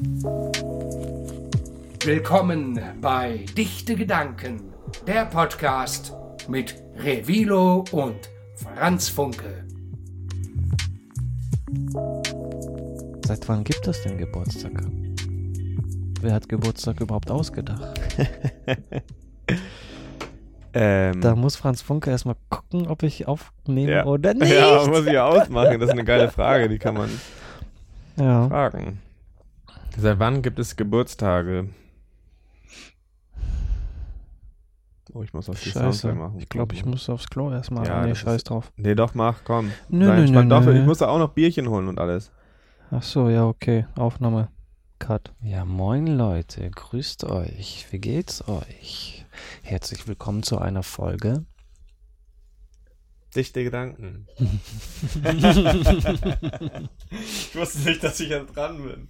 Willkommen bei Dichte Gedanken, der Podcast mit Revilo und Franz Funke. Seit wann gibt es den Geburtstag? Wer hat Geburtstag überhaupt ausgedacht? Da muss Franz Funke erstmal gucken, ob ich aufnehme oder nicht. Ja, muss ich ja ausmachen. Das ist eine geile Frage, die kann man fragen. Seit wann gibt es Geburtstage? Oh, ich muss auf die Soundtrack machen. Ich glaube, ich muss aufs Klo erstmal. Nee, scheiß drauf. Nee, doch, mach, komm. Nö. Ich muss da auch noch Bierchen holen und alles. Ach so, ja, okay. Aufnahme. Cut. Ja, moin Leute. Grüßt euch. Wie geht's euch? Herzlich willkommen zu einer Folge. Dichte Gedanken. Ich wusste nicht, dass ich jetzt dran bin.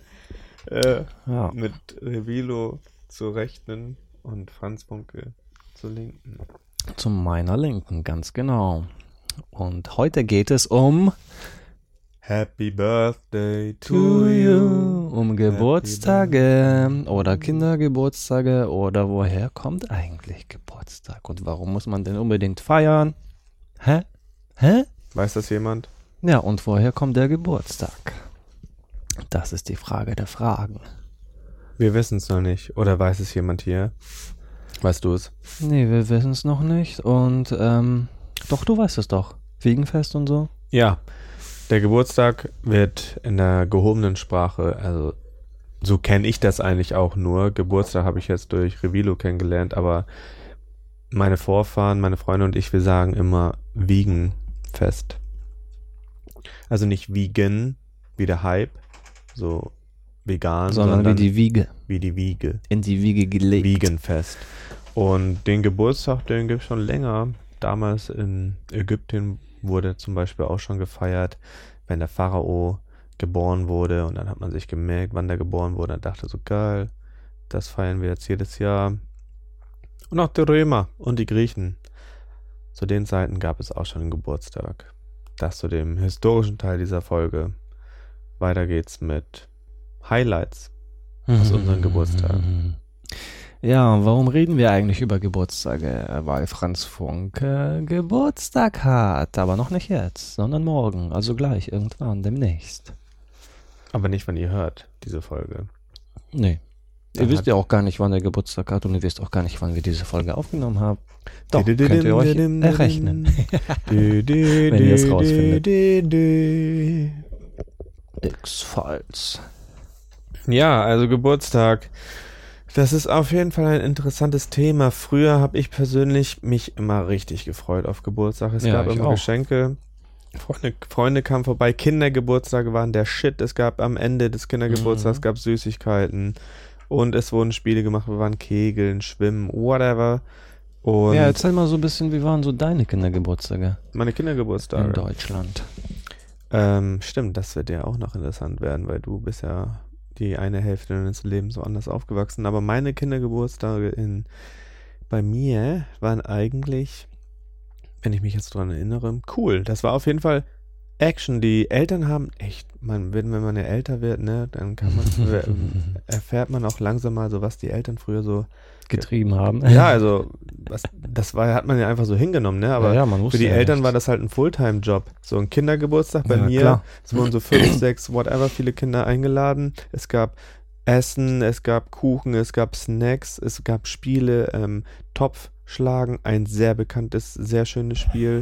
Mit Revilo zur Rechten und Franz Funke zur Linken. Zu meiner Linken, ganz genau. Und heute geht es um Happy Birthday to you. Um Geburtstage oder Kindergeburtstage oder woher kommt eigentlich Geburtstag und warum muss man denn unbedingt feiern? Hä? Weiß das jemand? Ja, und woher kommt der Geburtstag? Das ist die Frage der Fragen. Wir wissen es noch nicht. Oder weiß es jemand hier? Weißt du es? Nee, wir wissen es noch nicht und doch, du weißt es doch. Wiegenfest und so? Ja. Der Geburtstag wird in der gehobenen Sprache, also so kenne ich das eigentlich auch nur. Geburtstag habe ich jetzt durch Revilo kennengelernt, aber meine Vorfahren, meine Freunde und ich, wir sagen immer Wiegenfest. Also nicht Wiegen, wie der Hype, so vegan, sondern wie die Wiege. Wie die Wiege. In die Wiege gelegt. Wiegenfest. Und den Geburtstag, den gibt es schon länger. Damals in Ägypten wurde zum Beispiel auch schon gefeiert, wenn der Pharao geboren wurde, und dann hat man sich gemerkt, wann der geboren wurde, und dachte so, geil, das feiern wir jetzt jedes Jahr. Und auch die Römer und die Griechen. Zu den Zeiten gab es auch schon einen Geburtstag. Das zu dem historischen Teil dieser Folge. Weiter geht's mit Highlights aus unseren Geburtstagen. Ja, warum reden wir eigentlich über Geburtstage? Weil Franz Funke Geburtstag hat, aber noch nicht jetzt, sondern morgen, also gleich, irgendwann, demnächst. Aber nicht, wenn ihr hört, diese Folge. Nee. Ihr wisst ja auch gar nicht, wann er Geburtstag hat, und ihr wisst auch gar nicht, wann wir diese Folge aufgenommen haben. Doch, könnt ihr euch errechnen. Wenn ihr es rausfindet. X-Files. Ja, also Geburtstag. Das ist auf jeden Fall ein interessantes Thema. Früher habe ich persönlich mich immer richtig gefreut auf Geburtstag. Es gab immer Geschenke. Freunde kamen vorbei. Kindergeburtstage waren der Shit. Es gab am Ende des Kindergeburtstags gab Süßigkeiten. Und es wurden Spiele gemacht. Wir waren Kegeln, Schwimmen, whatever. Und ja, erzähl mal so ein bisschen, wie waren so deine Kindergeburtstage? Meine Kindergeburtstage? In Deutschland. Stimmt, das wird ja auch noch interessant werden, weil du bist ja die eine Hälfte deines Lebens so anders aufgewachsen. Aber meine Kindergeburtstage bei mir waren eigentlich, wenn ich mich jetzt dran erinnere, cool. Das war auf jeden Fall Action. Die Eltern haben echt, wenn man ja älter wird, ne, dann erfährt man auch langsam mal so, was die Eltern früher so getrieben haben. Ja, also hat man ja einfach so hingenommen, ne? Aber man für die Eltern war das halt ein Fulltime-Job. So ein Kindergeburtstag bei mir, es wurden so 5, 6, whatever, viele Kinder eingeladen. Es gab Essen, es gab Kuchen, es gab Snacks, es gab Spiele, Topfschlagen, ein sehr bekanntes, sehr schönes Spiel.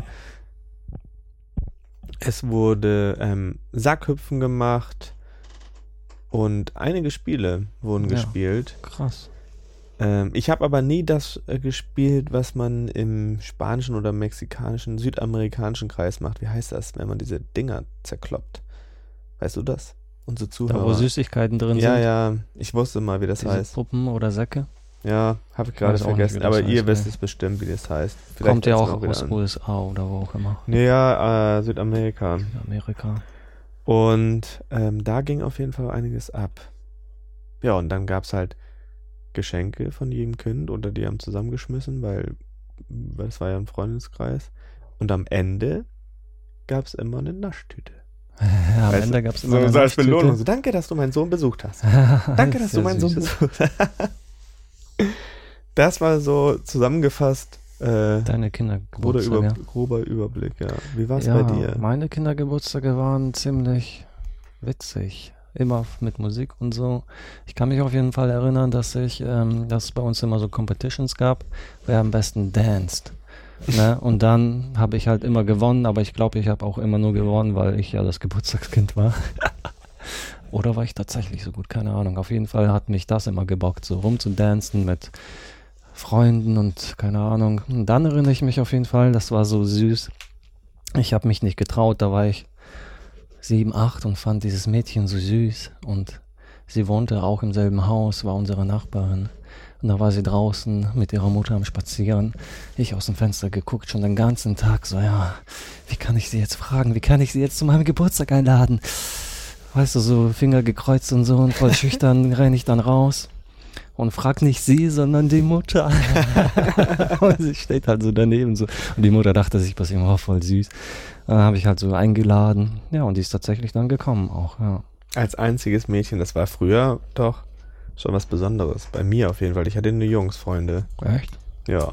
Es wurde Sackhüpfen gemacht und einige Spiele wurden gespielt. Krass. Ich habe aber nie das gespielt, was man im spanischen oder mexikanischen, südamerikanischen Kreis macht. Wie heißt das, wenn man diese Dinger zerkloppt? Weißt du das? Unsere Zuhörer. Da, wo Süßigkeiten drin sind? Ja, ich wusste mal, wie das diese heißt. Puppen oder Säcke? Ja, habe ich gerade vergessen. Aber ihr wisst es bestimmt, wie das heißt. Vielleicht kommt ja auch aus USA oder wo auch immer. Nee, ja, Südamerika. Und da ging auf jeden Fall einiges ab. Ja, und dann gab es halt Geschenke von jedem Kind oder die haben zusammengeschmissen, weil es war ja ein Freundeskreis. Und am Ende gab es immer eine Naschtüte. Ja, am Ende gab es immer so als Belohnung. So, danke, dass du meinen Sohn besucht hast. Danke, dass du meinen Sohn besucht hast. Das war so zusammengefasst. Deine Kindergeburtstage. Grober Überblick, ja. Wie war es ja, bei dir? Meine Kindergeburtstage waren ziemlich witzig. Immer mit Musik und so. Ich kann mich auf jeden Fall erinnern, dass es bei uns immer so Competitions gab, wer am besten danced. Ne? Und dann habe ich halt immer gewonnen, aber ich glaube, ich habe auch immer nur gewonnen, weil ich ja das Geburtstagskind war. Oder war ich tatsächlich so gut? Keine Ahnung. Auf jeden Fall hat mich das immer gebockt, so rumzudancen mit Freunden und keine Ahnung. Und dann erinnere ich mich auf jeden Fall, das war so süß. Ich habe mich nicht getraut, da war ich 7, 8 und fand dieses Mädchen so süß. Und sie wohnte auch im selben Haus, war unsere Nachbarin. Und da war sie draußen mit ihrer Mutter am Spazieren. Ich aus dem Fenster geguckt, schon den ganzen Tag so, ja, wie kann ich sie jetzt fragen? Wie kann ich sie jetzt zu meinem Geburtstag einladen? Weißt du, so Finger gekreuzt und so und voll schüchtern renne ich dann raus und frag nicht sie, sondern die Mutter. Und sie steht halt so daneben so. Und die Mutter dachte sich, was immer voll süß. Dann habe ich halt so eingeladen. Ja, und die ist tatsächlich dann gekommen auch, ja. Als einziges Mädchen, das war früher doch schon was Besonderes. Bei mir auf jeden Fall. Ich hatte nur Jungsfreunde. Echt? Ja.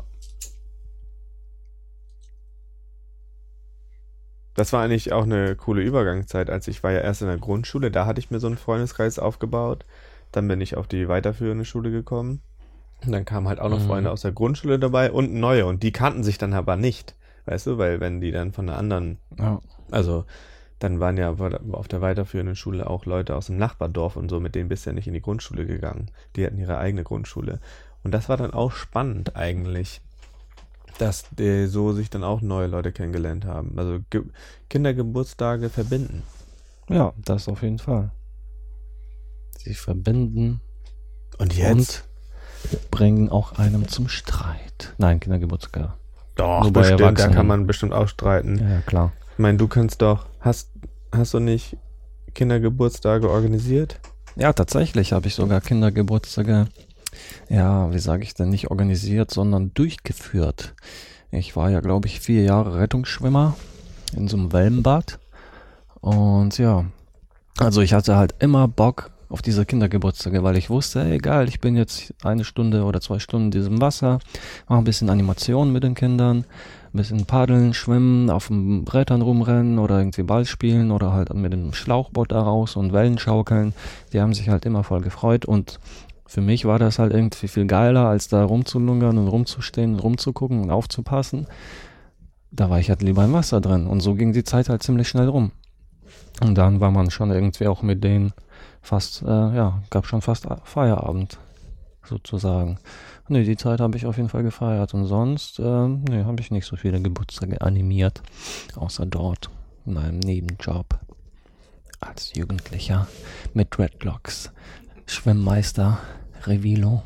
Das war eigentlich auch eine coole Übergangszeit. Als ich war ja erst in der Grundschule, da hatte ich mir so einen Freundeskreis aufgebaut. Dann bin ich auf die weiterführende Schule gekommen. Und dann kamen halt auch noch Freunde aus der Grundschule dabei und neue. Und die kannten sich dann aber nicht. Weißt du, weil wenn die dann von einer anderen, also dann waren ja auf der weiterführenden Schule auch Leute aus dem Nachbardorf und so, mit denen bist du ja nicht in die Grundschule gegangen. Die hatten ihre eigene Grundschule. Und das war dann auch spannend eigentlich, dass die so sich dann auch neue Leute kennengelernt haben. Also Kindergeburtstage verbinden. Ja, das auf jeden Fall. Sie verbinden und jetzt bringen auch einem zum Streit. Nein, Kindergeburtstag. Doch, bestimmt, da kann man bestimmt auch streiten. Ja, klar. Ich meine, du kannst doch, hast du nicht Kindergeburtstage organisiert? Ja, tatsächlich habe ich sogar Kindergeburtstage, ja, wie sage ich denn, nicht organisiert, sondern durchgeführt. Ich war ja, glaube ich, 4 Jahre Rettungsschwimmer in so einem Wellenbad. Und ja, also ich hatte halt immer Bock auf diese Kindergeburtstage, weil ich wusste, ey, egal, ich bin jetzt 1 Stunde oder 2 Stunden in diesem Wasser, mache ein bisschen Animation mit den Kindern, ein bisschen paddeln, schwimmen, auf den Brettern rumrennen oder irgendwie Ball spielen oder halt mit dem Schlauchboot da raus und Wellen schaukeln. Die haben sich halt immer voll gefreut und für mich war das halt irgendwie viel geiler, als da rumzulungern und rumzustehen und rumzugucken und aufzupassen. Da war ich halt lieber im Wasser drin und so ging die Zeit halt ziemlich schnell rum. Und dann war man schon irgendwie auch mit denen fast, gab schon fast Feierabend, sozusagen. Nee, die Zeit habe ich auf jeden Fall gefeiert. Und sonst, habe ich nicht so viele Geburtstage animiert, außer dort in meinem Nebenjob als Jugendlicher mit Dreadlocks, Schwimmmeister, Revilo.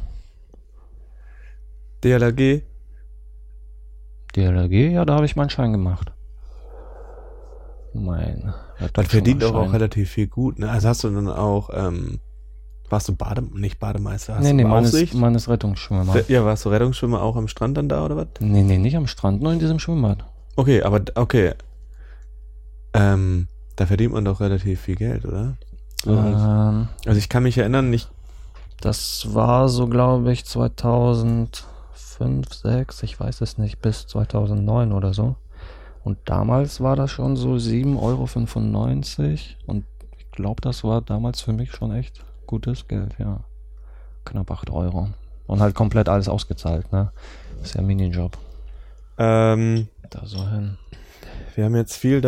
DLRG? DLRG, ja, da habe ich meinen Schein gemacht. Man verdient doch auch relativ viel gut, ne? Also hast du dann auch, warst du nicht Bademeister? Nee, man ist Rettungsschwimmer. Ja, warst du Rettungsschwimmer auch am Strand dann da, oder was? Nee, nicht am Strand, nur in diesem Schwimmbad. Okay, aber, da verdient man doch relativ viel Geld, oder? Also ich kann mich erinnern, das war so, glaube ich, 2005, 2006, ich weiß es nicht, bis 2009 oder so. Und damals war das schon so 7,95 € und ich glaube, das war damals für mich schon echt gutes Geld, ja. Knapp 8 €. Und halt komplett alles ausgezahlt, ne? Ist ja ein Minijob. Da so hin. Wir haben jetzt viel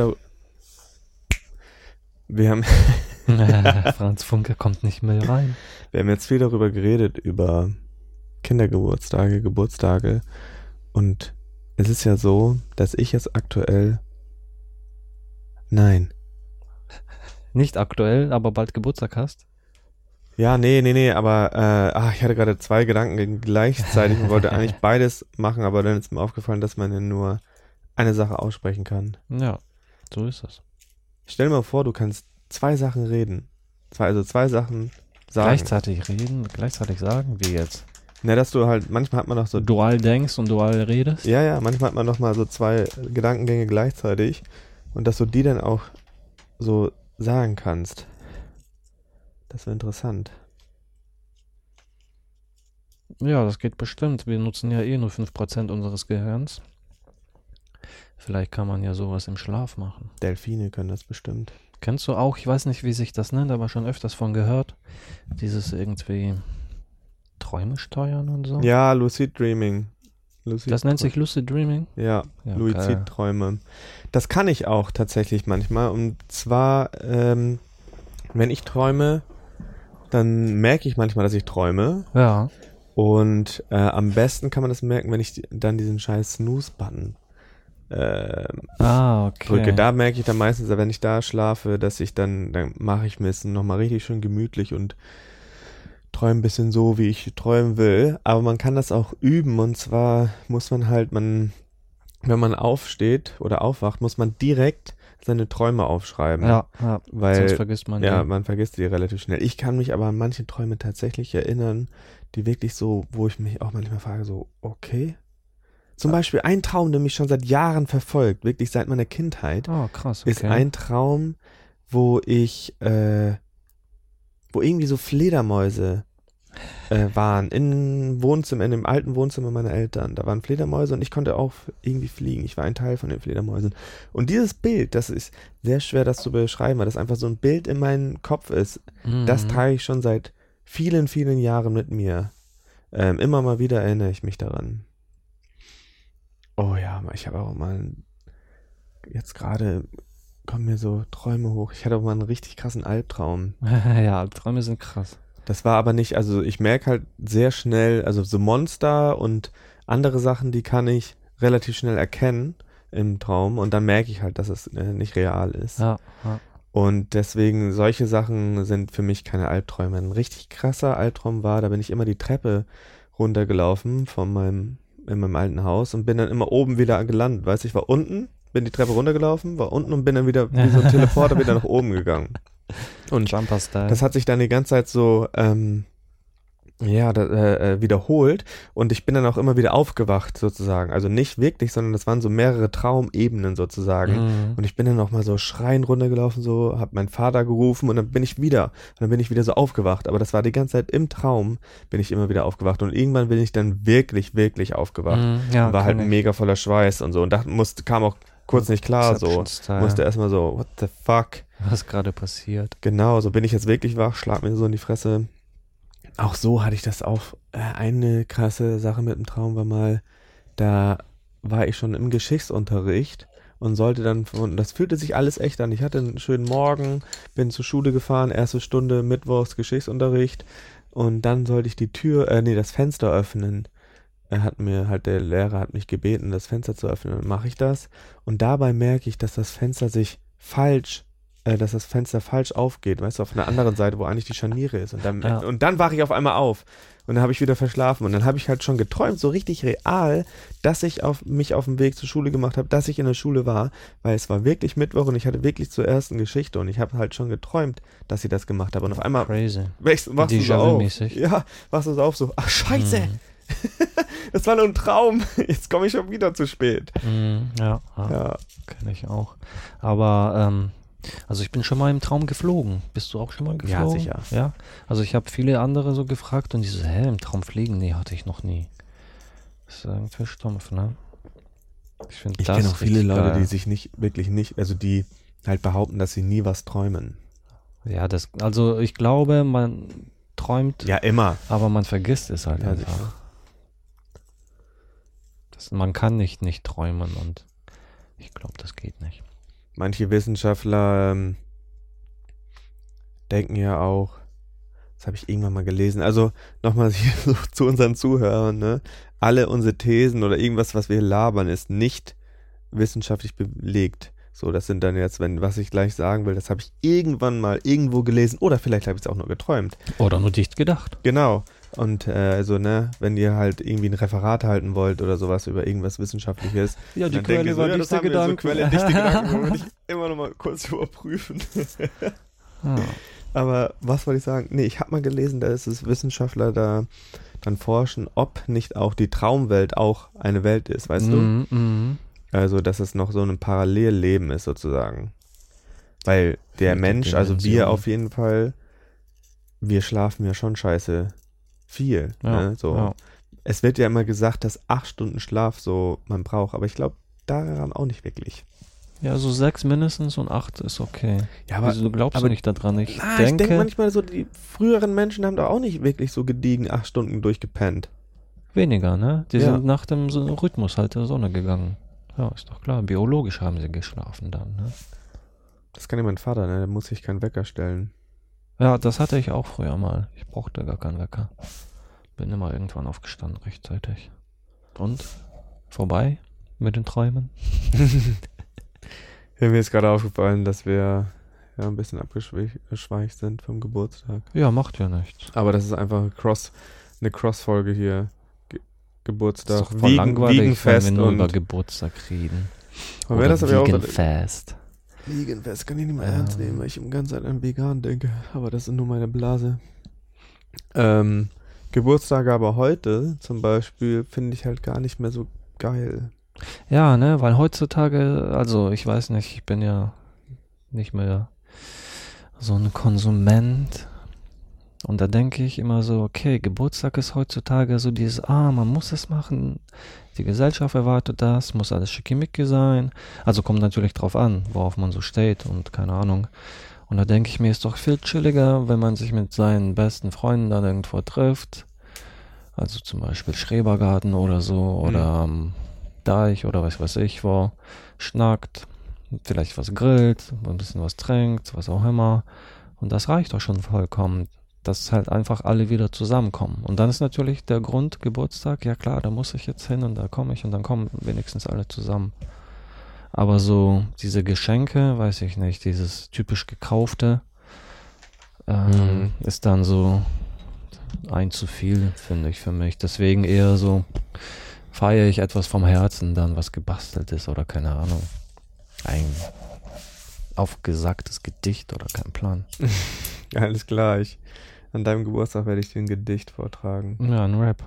Franz Funke kommt nicht mehr rein. Wir haben jetzt viel darüber geredet, über Kindergeburtstage, Geburtstage und es ist ja so, dass ich jetzt aktuell... Nein. Nicht aktuell, aber bald Geburtstag hast? Ja, nee, aber ich hatte gerade 2 Gedanken gleichzeitig und wollte eigentlich beides machen, aber dann ist mir aufgefallen, dass man ja nur eine Sache aussprechen kann. Ja, so ist es. Stell dir mal vor, du kannst 2 Sachen reden. 2 Sachen sagen. Gleichzeitig reden, gleichzeitig sagen, wie jetzt? Na, dass du halt, manchmal hat man doch so... Dual denkst und dual redest? Ja, manchmal hat man doch mal so 2 Gedankengänge gleichzeitig und dass du die dann auch so sagen kannst. Das wäre interessant. Ja, das geht bestimmt. Wir nutzen ja nur 5% unseres Gehirns. Vielleicht kann man ja sowas im Schlaf machen. Delfine können das bestimmt. Kennst du auch, ich weiß nicht, wie sich das nennt, aber schon öfters von gehört, dieses irgendwie Träume steuern und so? Ja, Lucid Dreaming. Das nennt sich Lucid Dreaming? Ja, Lucid-Träume. Das kann ich auch tatsächlich manchmal. Und zwar, wenn ich träume, dann merke ich manchmal, dass ich träume. Ja. Und am besten kann man das merken, wenn ich dann diesen scheiß Snooze-Button drücke. Da merke ich dann meistens, wenn ich da schlafe, dass ich dann mache ich mir es nochmal richtig schön gemütlich und träume ein bisschen so, wie ich träumen will. Aber man kann das auch üben, und zwar muss man halt, wenn man aufsteht oder aufwacht, muss man direkt seine Träume aufschreiben. Ja, weil, sonst vergisst man die. Ja, man vergisst die relativ schnell. Ich kann mich aber an manche Träume tatsächlich erinnern, die wirklich so, wo ich mich auch manchmal frage, so, okay. Zum Beispiel ein Traum, der mich schon seit Jahren verfolgt, wirklich seit meiner Kindheit. Oh, krass, okay. Ist ein Traum, wo ich, wo irgendwie so Fledermäuse waren in dem alten Wohnzimmer meiner Eltern. Da waren Fledermäuse und ich konnte auch irgendwie fliegen. Ich war ein Teil von den Fledermäusen. Und dieses Bild, das ist sehr schwer, das zu beschreiben, weil das einfach so ein Bild in meinem Kopf ist. Das trage ich schon seit vielen, vielen Jahren mit mir. Immer mal wieder erinnere ich mich daran. Oh ja, ich habe auch mal, jetzt gerade kommen mir so Träume hoch. Ich hatte auch mal einen richtig krassen Albtraum. Ja, Albträume sind krass. Das war aber nicht, also ich merke halt sehr schnell, also so Monster und andere Sachen, die kann ich relativ schnell erkennen im Traum, und dann merke ich halt, dass es nicht real ist. Ja. Und deswegen, solche Sachen sind für mich keine Albträume. Ein richtig krasser Albtraum war, da bin ich immer die Treppe runtergelaufen in meinem alten Haus und bin dann immer oben wieder gelandet. Weißt du, ich war unten, bin die Treppe runtergelaufen, war unten und bin dann wieder wie so ein Teleporter wieder nach oben gegangen. Und das hat sich dann die ganze Zeit so wiederholt, und ich bin dann auch immer wieder aufgewacht sozusagen. Also nicht wirklich, sondern das waren so mehrere Traumebenen sozusagen. Und ich bin dann auch mal so schreiend runtergelaufen, so, hab meinen Vater gerufen, und dann bin ich wieder so aufgewacht. Aber das war die ganze Zeit im Traum, bin ich immer wieder aufgewacht, und irgendwann bin ich dann wirklich, wirklich aufgewacht. Und war halt mega voller Schweiß und so, und kam auch kurz nicht klar, so. Musste erstmal so, what the fuck? Was gerade passiert? Genau, so bin ich jetzt wirklich wach, schlag mir so in die Fresse. Auch so hatte ich das auch. Eine krasse Sache mit dem Traum war mal, da war ich schon im Geschichtsunterricht und sollte dann, und das fühlte sich alles echt an. Ich hatte einen schönen Morgen, bin zur Schule gefahren, erste Stunde Mittwochs Geschichtsunterricht, und dann sollte ich das Fenster öffnen. Der Lehrer hat mich gebeten, das Fenster zu öffnen, dann mache ich das, und dabei merke ich, dass das Fenster falsch aufgeht, weißt du, auf einer anderen Seite, wo eigentlich die Scharniere ist, und dann wache ich auf einmal auf, und dann habe ich wieder verschlafen, und dann habe ich halt schon geträumt, so richtig real, dass ich mich auf dem Weg zur Schule gemacht habe, dass ich in der Schule war, weil es war wirklich Mittwoch und ich hatte wirklich zur ersten Geschichte, und ich habe halt schon geträumt, dass ich das gemacht habe, und auf einmal wachst du so auf. Ja, wachst du so auf, so, ach scheiße, das war nur ein Traum, jetzt komme ich schon wieder zu spät. Ja. Kenne ich auch. Aber also ich bin schon mal im Traum geflogen. Bist du auch schon mal geflogen? Ja, sicher. Ja? Also ich habe viele andere so gefragt, und die so, im Traum fliegen? Nee, hatte ich noch nie. Das ist irgendwie stumpf, ne? Ich kenne auch viele Leute, die sich also die halt behaupten, dass sie nie was träumen. Ja, also ich glaube, man träumt. Ja, immer. Aber man vergisst es halt einfach. Sicher. Man kann nicht träumen, und ich glaube, das geht nicht. Manche Wissenschaftler denken ja auch, das habe ich irgendwann mal gelesen, also nochmal hier so zu unseren Zuhörern, ne? Alle unsere Thesen oder irgendwas, was wir labern, ist nicht wissenschaftlich belegt. So, das sind dann jetzt, was ich gleich sagen will, das habe ich irgendwann mal irgendwo gelesen, oder vielleicht habe ich es auch nur geträumt. Oder nur dicht gedacht. Genau. Und wenn ihr halt irgendwie ein Referat halten wollt oder sowas über irgendwas Wissenschaftliches, ja, die Quelle war dichte Gedanken. Quelle dichte Gedanken, würde ich immer noch mal kurz überprüfen. Aber was wollte ich sagen? Nee, ich habe mal gelesen, da ist es Wissenschaftler da dann forschen, ob nicht auch die Traumwelt auch eine Welt ist, weißt du? Also, dass es noch so ein Parallelleben ist sozusagen. Weil der Die Mensch, also wir Dimension. auf jeden Fall, wir schlafen ja schon scheiße viel. Ja, Ne? So. ja. Es wird ja immer gesagt, dass 8 Stunden Schlaf so man braucht, aber ich glaube daran auch nicht wirklich. Ja, so 6 mindestens und 8 ist okay. Ja, Wieso du glaubst aber- du nicht daran? Ich Ich denke, denke manchmal so, die früheren Menschen haben da auch nicht wirklich so gediegen 8 Stunden durchgepennt. weniger, ne? Die Ja. sind nach dem Rhythmus halt der Sonne gegangen. Ja, ist doch klar. Biologisch haben sie geschlafen dann, ne? Das kann ja mein Vater, ne? Der muss sich keinen Wecker stellen. Ja, das hatte ich auch früher mal. Ich brauchte gar keinen Wecker. Bin immer irgendwann aufgestanden rechtzeitig. Und? Vorbei mit den Träumen? Ja, mir ist gerade aufgefallen, dass wir ja ein bisschen abgeschweicht sind vom Geburtstag. Ja, macht ja nichts. Aber das ist einfach eine Cross-Folge hier. Geburtstag. Ist doch voll langweilig, wenn Wiegenfest wir nur über und Geburtstag reden. Aber das habe ich auch Wiegenfest. Wiegenfest kann ich nicht mehr Ja. ernst nehmen, weil ich die ganze Zeit an vegan denke. Aber das ist nur meine Blase. Geburtstage aber heute zum Beispiel finde ich halt gar nicht mehr so geil. Ja, ne, weil heutzutage, also ich weiß nicht, ich bin ja nicht mehr so ein Konsument. Und da denke ich immer so, okay, Geburtstag ist heutzutage so dieses, man muss es machen, die Gesellschaft erwartet das, muss alles schickimicki sein. Also kommt natürlich drauf an, worauf man so steht und keine Ahnung. Und da denke ich mir, ist doch viel chilliger, wenn man sich mit seinen besten Freunden dann irgendwo trifft. Also zum Beispiel Schrebergarten oder so oder am Deich oder was weiß ich wo, schnackt, vielleicht was grillt, ein bisschen was trinkt, was auch immer. Und das reicht doch schon vollkommen, dass halt einfach alle wieder zusammenkommen. Und dann ist natürlich der Grund Geburtstag, ja klar, da muss ich jetzt hin und da komme ich und dann kommen wenigstens alle zusammen. Aber so diese Geschenke, weiß ich nicht, dieses typisch gekaufte, ist dann so ein zu viel, finde ich für mich. Deswegen eher so feiere ich etwas vom Herzen dann, was gebastelt ist oder keine Ahnung. Ein aufgesagtes Gedicht oder kein Plan. Alles klar, an deinem Geburtstag werde ich dir ein Gedicht vortragen. Ja, ein Rap.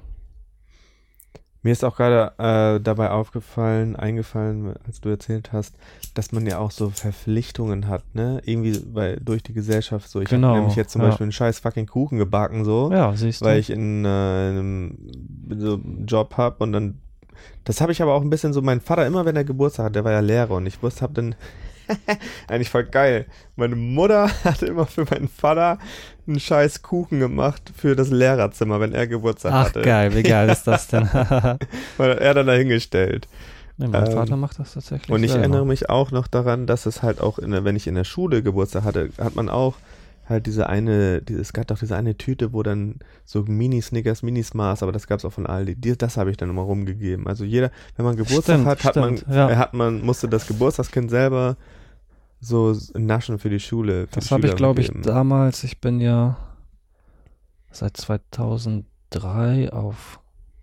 Mir ist auch gerade dabei eingefallen, als du erzählt hast, dass man ja auch so Verpflichtungen hat, ne? Irgendwie, weil durch die Gesellschaft so. Ich Genau, habe nämlich jetzt zum ja. Beispiel einen scheiß fucking Kuchen gebacken, so. Ja, siehst du. Weil ich in einem so einen Job habe und dann, das habe ich aber auch ein bisschen so, mein Vater immer, wenn er Geburtstag hat, der war ja Lehrer und ich wusste, hab dann, eigentlich voll geil, meine Mutter hatte immer für meinen Vater einen scheiß Kuchen gemacht für das Lehrerzimmer, wenn er Geburtstag Ach hatte. geil, wie geil ist das denn? Weil er dann dahingestellt. Nee, mein Vater macht das tatsächlich Und ich selber. erinnere mich auch noch daran, dass es halt auch, wenn ich in der Schule Geburtstag hatte, hat man auch halt es gab doch diese eine Tüte, wo dann so Mini-Snickers, Mini-Smars, aber das gab es auch von Aldi. Das habe ich dann immer rumgegeben. Also jeder, wenn man Geburtstag musste das Geburtstagskind selber so naschen für die Schule. Für Das habe ich, glaube ich, damals, ich bin ja seit 2003 auf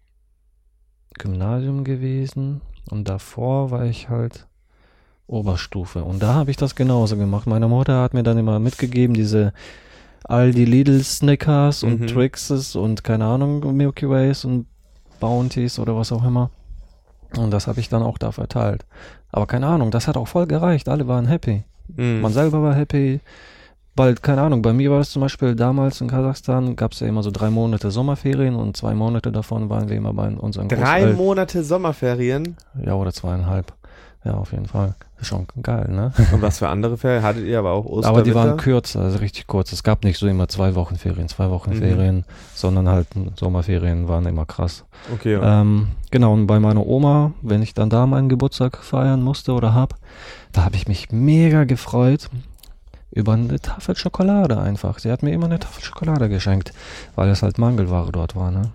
Gymnasium gewesen und davor war ich halt Oberstufe und da habe ich das genauso gemacht. Meine Mutter hat mir dann immer mitgegeben, diese Aldi Lidl Snickers und Trixes und keine Ahnung, Milky Ways und Bounties oder was auch immer. Und das habe ich dann auch da verteilt. Aber keine Ahnung, das hat auch voll gereicht. Alle waren happy. Man selber war happy. Bald, keine Ahnung, bei mir war es zum Beispiel damals in Kasachstan, gab es ja immer so 3 Monate Sommerferien und 2 Monate davon waren wir immer bei unseren 3 Monate Sommerferien? Ja, oder 2,5. Ja, auf jeden Fall. Ist schon geil, ne? Und was für andere Ferien? Hattet ihr aber auch Ostern? Aber die waren kürzer, also richtig kurz. Es gab nicht so immer 2 Wochen Ferien, sondern halt Sommerferien waren immer krass. Okay. Ja. Genau, und bei meiner Oma, wenn ich dann da meinen Geburtstag feiern musste oder da habe ich mich mega gefreut über eine Tafel Schokolade einfach. Sie hat mir immer eine Tafel Schokolade geschenkt, weil es halt Mangelware dort war, ne?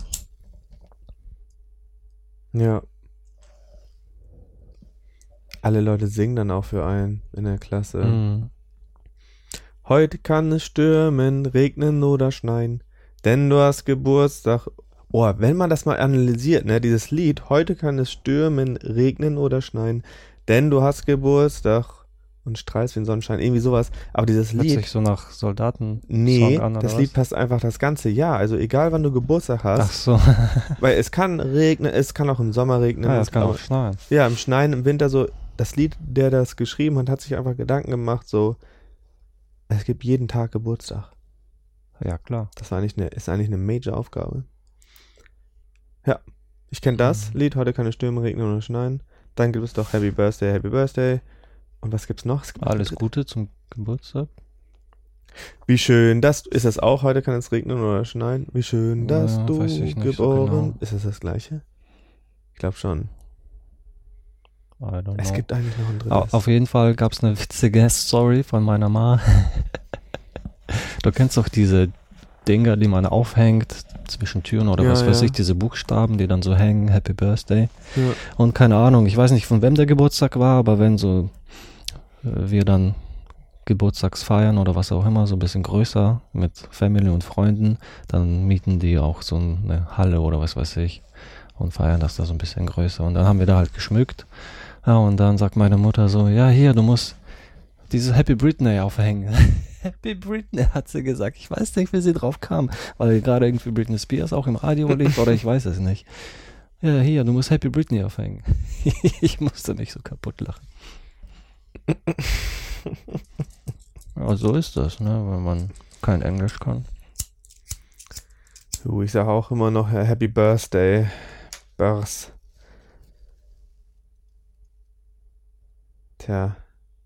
Ja. Alle Leute singen dann auch für einen in der Klasse. Mhm. Heute kann es stürmen, regnen oder schneien, denn du hast Geburtstag. Oh, wenn man das mal analysiert, ne, dieses Lied, heute kann es stürmen, regnen oder schneien, denn du hast Geburtstag und strahlst wie ein Sonnenschein, irgendwie sowas. Aber dieses Hört Lied, sich so nach Soldaten nee, an, oder das was? Lied passt einfach das ganze Jahr. Also egal, wann du Geburtstag hast, Ach so. weil es kann regnen, es kann auch im Sommer regnen. Ja, es kann auch schneien. Ja, im Schneien, im Winter so. Das Lied, der das geschrieben hat sich einfach Gedanken gemacht, so, Es gibt jeden Tag Geburtstag. Ja, klar. Das ist eigentlich eine Major-Aufgabe. Ja, ich kenne das Lied, heute kann es stürmen, regnen oder schneien. Dann gibt es doch Happy Birthday, Happy Birthday. Und was gibt's noch? Alles Gute zum Geburtstag. Wie schön, ist das auch, heute kann es regnen oder schneien? Wie schön, dass du weiß ich nicht geboren. so genau. Ist das Gleiche? Ich glaube schon. I don't know. Es gibt eigentlich noch ein drittes. Auf jeden Fall gab es eine witzige Story von meiner Ma. Du kennst doch diese Dinger, die man aufhängt zwischen Türen oder was weiß ich, diese Buchstaben, die dann so hängen, Happy Birthday. Ja. Und keine Ahnung, ich weiß nicht, von wem der Geburtstag war, aber wenn so wir dann Geburtstags feiern oder was auch immer, so ein bisschen größer mit Family und Freunden, dann mieten die auch so eine Halle oder was weiß ich und feiern das da so ein bisschen größer. Und dann haben wir da halt geschmückt. Ja, und dann sagt meine Mutter so, ja hier, du musst dieses Happy Britney aufhängen. Happy Britney, hat sie gesagt. Ich weiß nicht, wie sie drauf kam, weil gerade irgendwie Britney Spears auch im Radio lief oder ich weiß es nicht. Ja, hier, du musst Happy Britney aufhängen. Ich musste mich so kaputt lachen. Ja, so ist das, ne, wenn man kein Englisch kann. Ich sage auch immer noch Happy Birthday. Birth. Tja.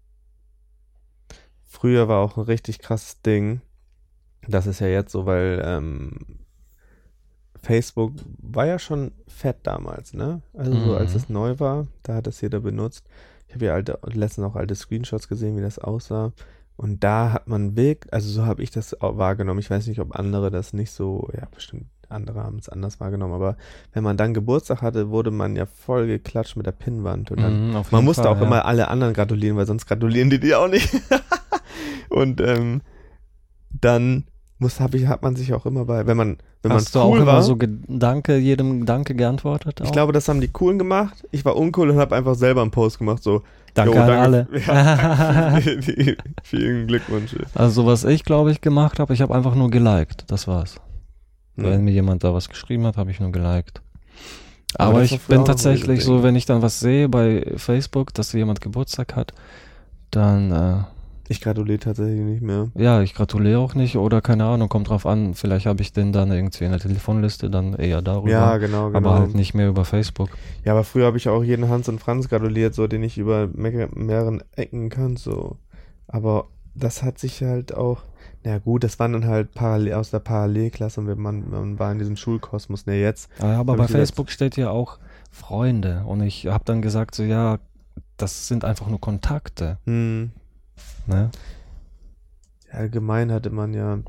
Früher war auch ein richtig krasses Ding. Das ist ja jetzt so, weil Facebook war ja schon fett damals, ne? Also so als es neu war, da hat es jeder benutzt. Ich habe ja letztens auch alte Screenshots gesehen, wie das aussah. Und da hat man also so habe ich das auch wahrgenommen. Ich weiß nicht, ob andere das nicht so, ja bestimmt andere haben es anders wahrgenommen, aber wenn man dann Geburtstag hatte, wurde man ja voll geklatscht mit der Pinnwand. Und dann, man musste auch immer alle anderen gratulieren, weil sonst gratulieren die auch nicht. Und dann hat man sich auch immer wenn man Hast du cool auch war, immer so jedem Danke geantwortet? Ich glaube, das haben die Coolen gemacht. Ich war uncool und habe einfach selber einen Post gemacht, so Danke an alle. Ja, vielen Glückwünsche. Also was ich, glaube ich, gemacht habe, ich habe einfach nur geliked. Das war's. Wenn mir jemand da was geschrieben hat, habe ich nur geliked. Aber ich bin tatsächlich so, wenn ich dann was sehe bei Facebook, dass jemand Geburtstag hat, dann ich gratuliere tatsächlich nicht mehr. Ja, ich gratuliere auch nicht oder keine Ahnung, kommt drauf an, vielleicht habe ich den dann irgendwie in der Telefonliste, dann eher darüber. Ja, genau. Aber halt nicht mehr über Facebook. Ja, aber früher habe ich auch jeden Hans und Franz gratuliert, so den ich über mehreren Ecken kannte, so. Aber das hat sich halt auch, na gut, das waren dann halt aus der Parallelklasse und man war in diesem Schulkosmos, ne, jetzt. Aber bei Facebook steht ja auch Freunde und ich habe dann gesagt so, ja, das sind einfach nur Kontakte. Ne? Allgemein hatte man ja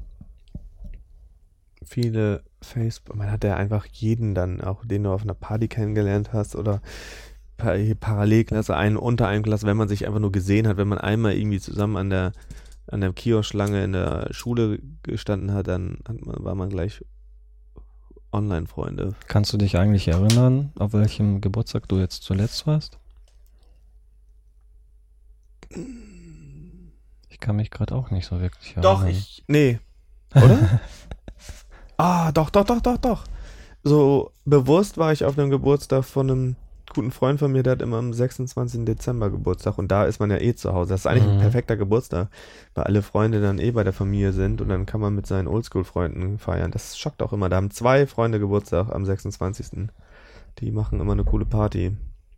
viele man hat ja einfach jeden dann, auch den du auf einer Party kennengelernt hast oder Parallelklasse, unter einem Klasse, wenn man sich einfach nur gesehen hat, wenn man einmal irgendwie zusammen an der Kioskschlange in der Schule gestanden hat, dann war man gleich Online-Freunde. Kannst du dich eigentlich erinnern, auf welchem Geburtstag du jetzt zuletzt warst? Ich kann mich gerade auch nicht so wirklich erinnern. Nee. Oder? Doch. So bewusst war ich auf einem Geburtstag von einem guten Freund von mir, der hat immer am 26. Dezember Geburtstag und da ist man ja zu Hause. Das ist eigentlich ein perfekter Geburtstag, weil alle Freunde dann bei der Familie sind und dann kann man mit seinen Oldschool-Freunden feiern. Das schockt auch immer. Da haben 2 Freunde Geburtstag am 26. Die machen immer eine coole Party.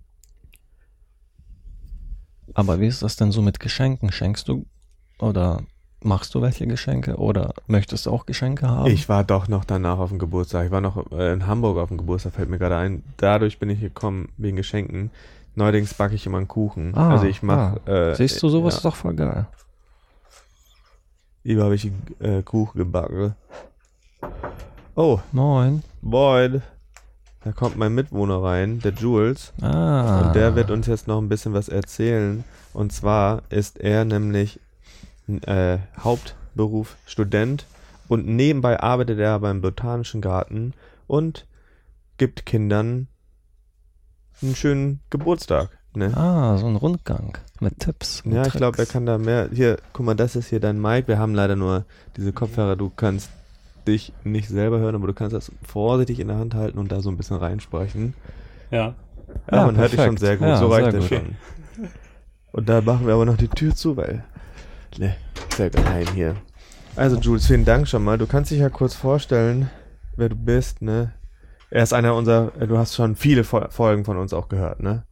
Aber wie ist das denn so mit Geschenken? Schenkst du oder machst du welche Geschenke oder möchtest du auch Geschenke haben? Ich war doch noch danach auf dem Geburtstag. Ich war noch in Hamburg auf dem Geburtstag, fällt mir gerade ein. Dadurch bin ich gekommen wegen Geschenken. Neuerdings backe ich immer einen Kuchen. Also ich mache... siehst du, sowas ist doch voll geil. Lieber habe ich Kuchen gebacken. Oh. Moin. Da kommt mein Mitwohner rein, der Jules. Und der wird uns jetzt noch ein bisschen was erzählen. Und zwar ist er nämlich Hauptberuf Student und nebenbei arbeitet er beim Botanischen Garten und gibt Kindern einen schönen Geburtstag. Ne? So ein Rundgang mit Tipps. Ja, ich glaube, er kann da mehr. Hier, guck mal, das ist hier dein Mic. Wir haben leider nur diese Kopfhörer. Du kannst dich nicht selber hören, aber du kannst das vorsichtig in der Hand halten und da so ein bisschen reinsprechen. Ja. Ja, man hört dich schon sehr gut. Ja, so reicht sehr das gut. schon. Und da machen wir aber noch die Tür zu, weil Ne, sehr geheim hier. Also Jules, vielen Dank schon mal. Du kannst dich ja kurz vorstellen, wer du bist, ne? Er ist einer unserer, du hast schon viele Folgen von uns auch gehört, ne?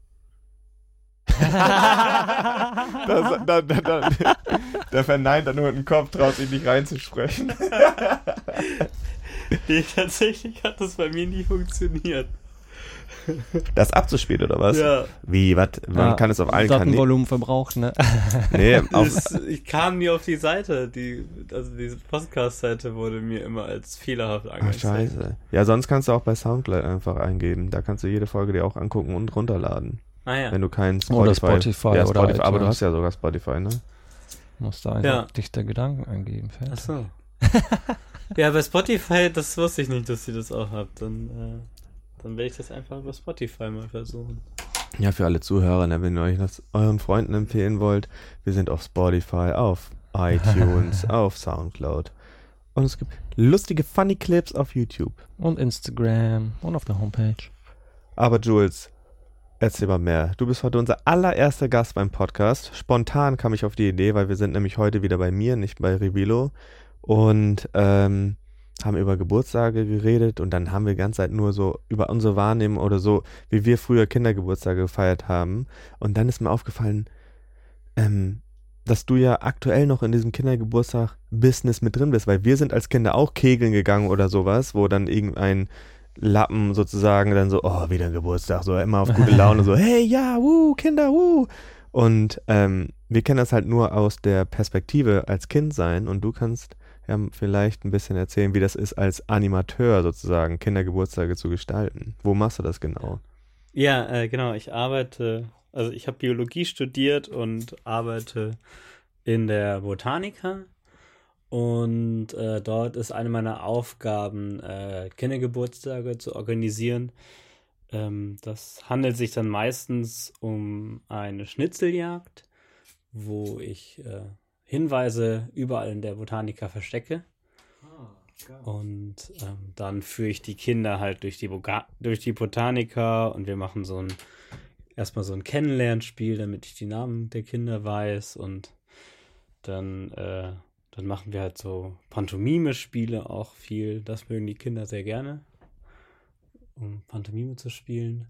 Der verneint dann nur mit dem Kopf, traut sich nicht reinzusprechen. Nee, tatsächlich hat das bei mir nie funktioniert. Das abzuspielen, oder was? Ja. Wie, was? Man kann es auf allen Kanälen. Datenvolumen verbraucht, ne? Nee, Ich kam nie auf die Seite. Diese Podcast-Seite wurde mir immer als fehlerhaft Ach, angezeigt. scheiße. Ja, sonst kannst du auch bei Soundcloud einfach eingeben. Da kannst du jede Folge dir auch angucken und runterladen. Ah ja. Wenn du kein Spotify... Oder Spotify ja, oder Spotify, aber du iTunes. hast ja sogar Spotify, ne? Musst du einfach dichte Gedanken eingeben. Fertig. Ach so. Ja, bei Spotify, das wusste ich nicht, dass ihr das auch habt. Dann werde ich das einfach über Spotify mal versuchen. Ja, für alle Zuhörer, ne, wenn ihr euch das euren Freunden empfehlen wollt, wir sind auf Spotify, auf iTunes, auf Soundcloud. Und es gibt lustige Funny Clips auf YouTube. Und Instagram und auf der Homepage. Aber Jules, erzähl mal mehr. Du bist heute unser allererster Gast beim Podcast. Spontan kam ich auf die Idee, weil wir sind nämlich heute wieder bei mir, nicht bei Revilo. Und haben über Geburtstage geredet und dann haben wir die ganze Zeit nur so über unsere Wahrnehmung oder so, wie wir früher Kindergeburtstage gefeiert haben. Und dann ist mir aufgefallen, dass du ja aktuell noch in diesem Kindergeburtstag-Business mit drin bist, weil wir sind als Kinder auch kegeln gegangen oder sowas, wo dann irgendein Lappen sozusagen dann so, oh, wieder ein Geburtstag, so immer auf gute Laune, so, hey, ja, Kinder, Und wir kennen das halt nur aus der Perspektive als Kind sein und du kannst ja vielleicht ein bisschen erzählen, wie das ist als Animateur sozusagen, Kindergeburtstage zu gestalten. Wo machst du das genau? Ja, genau, ich habe Biologie studiert und arbeite in der Botanica und dort ist eine meiner Aufgaben, Kindergeburtstage zu organisieren. Das handelt sich dann meistens um eine Schnitzeljagd, wo ich Hinweise überall in der Botanica verstecke. Und dann führe ich die Kinder halt durch die Botanica und wir machen erstmal so ein Kennenlernspiel, damit ich die Namen der Kinder weiß und dann machen wir halt so Pantomime-Spiele auch viel. Das mögen die Kinder sehr gerne, um Pantomime zu spielen.